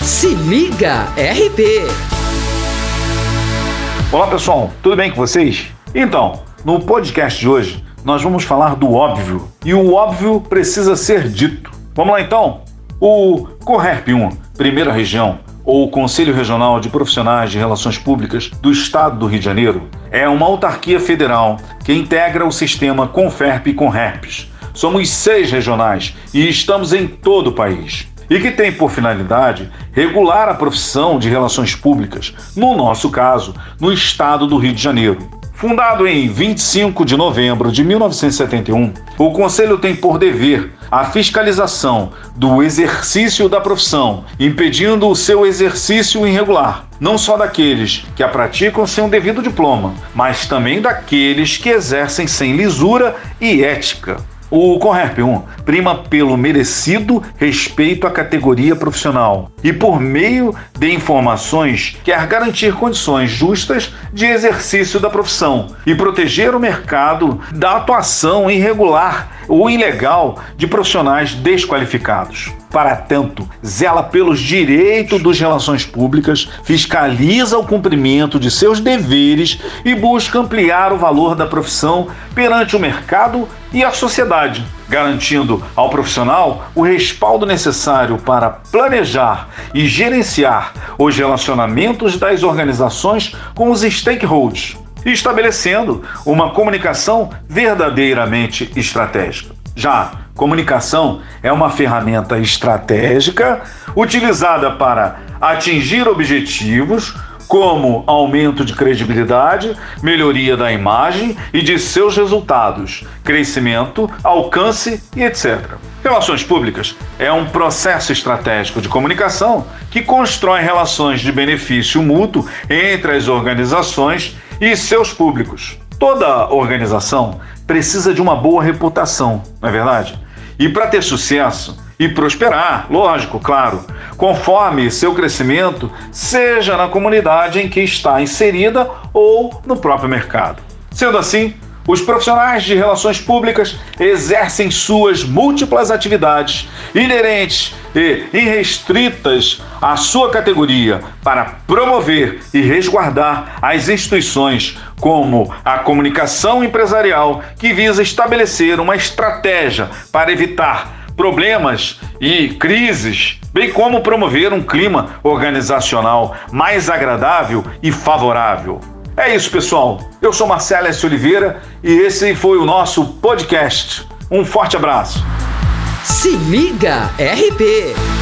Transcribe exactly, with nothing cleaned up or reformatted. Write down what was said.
Se liga R P. Olá pessoal, tudo bem com vocês? Então, no podcast de hoje nós vamos falar do óbvio, e o óbvio precisa ser dito. Vamos lá então? O CONRERP um, Primeira Região, ou Conselho Regional de Profissionais de Relações Públicas do Estado do Rio de Janeiro, é uma autarquia federal que integra o sistema CONFERP e CONRERPs. Somos seis regionais e estamos em todo o país. E que tem por finalidade regular a profissão de relações públicas, no nosso caso, no estado do Rio de Janeiro. Fundado em vinte e cinco de novembro de mil novecentos e setenta e um, o Conselho tem por dever a fiscalização do exercício da profissão, impedindo o seu exercício irregular, não só daqueles que a praticam sem um devido diploma, mas também daqueles que exercem sem lisura e ética. O CONRERP um prima pelo merecido respeito à categoria profissional e, por meio de informações, quer garantir condições justas de exercício da profissão e proteger o mercado da atuação irregular ou ilegal de profissionais desqualificados. Para tanto, zela pelos direitos das relações públicas, fiscaliza o cumprimento de seus deveres e busca ampliar o valor da profissão perante o mercado e a sociedade, garantindo ao profissional o respaldo necessário para planejar e gerenciar os relacionamentos das organizações com os stakeholders, estabelecendo uma comunicação verdadeiramente estratégica. Já comunicação é uma ferramenta estratégica utilizada para atingir objetivos como aumento de credibilidade, melhoria da imagem e de seus resultados, crescimento, alcance e etcétera. Relações públicas é um processo estratégico de comunicação que constrói relações de benefício mútuo entre as organizações e seus públicos. Toda organização precisa de uma boa reputação, não é verdade? E para ter sucesso e prosperar, lógico, claro, conforme seu crescimento, seja na comunidade em que está inserida ou no próprio mercado. Sendo assim, os profissionais de relações públicas exercem suas múltiplas atividades inerentes e irrestritas à sua categoria para promover e resguardar as instituições, como a comunicação empresarial, que visa estabelecer uma estratégia para evitar problemas e crises, bem como promover um clima organizacional mais agradável e favorável. É isso, pessoal. Eu sou Marcelo S. Oliveira e esse foi o nosso podcast. Um forte abraço. Se liga R P.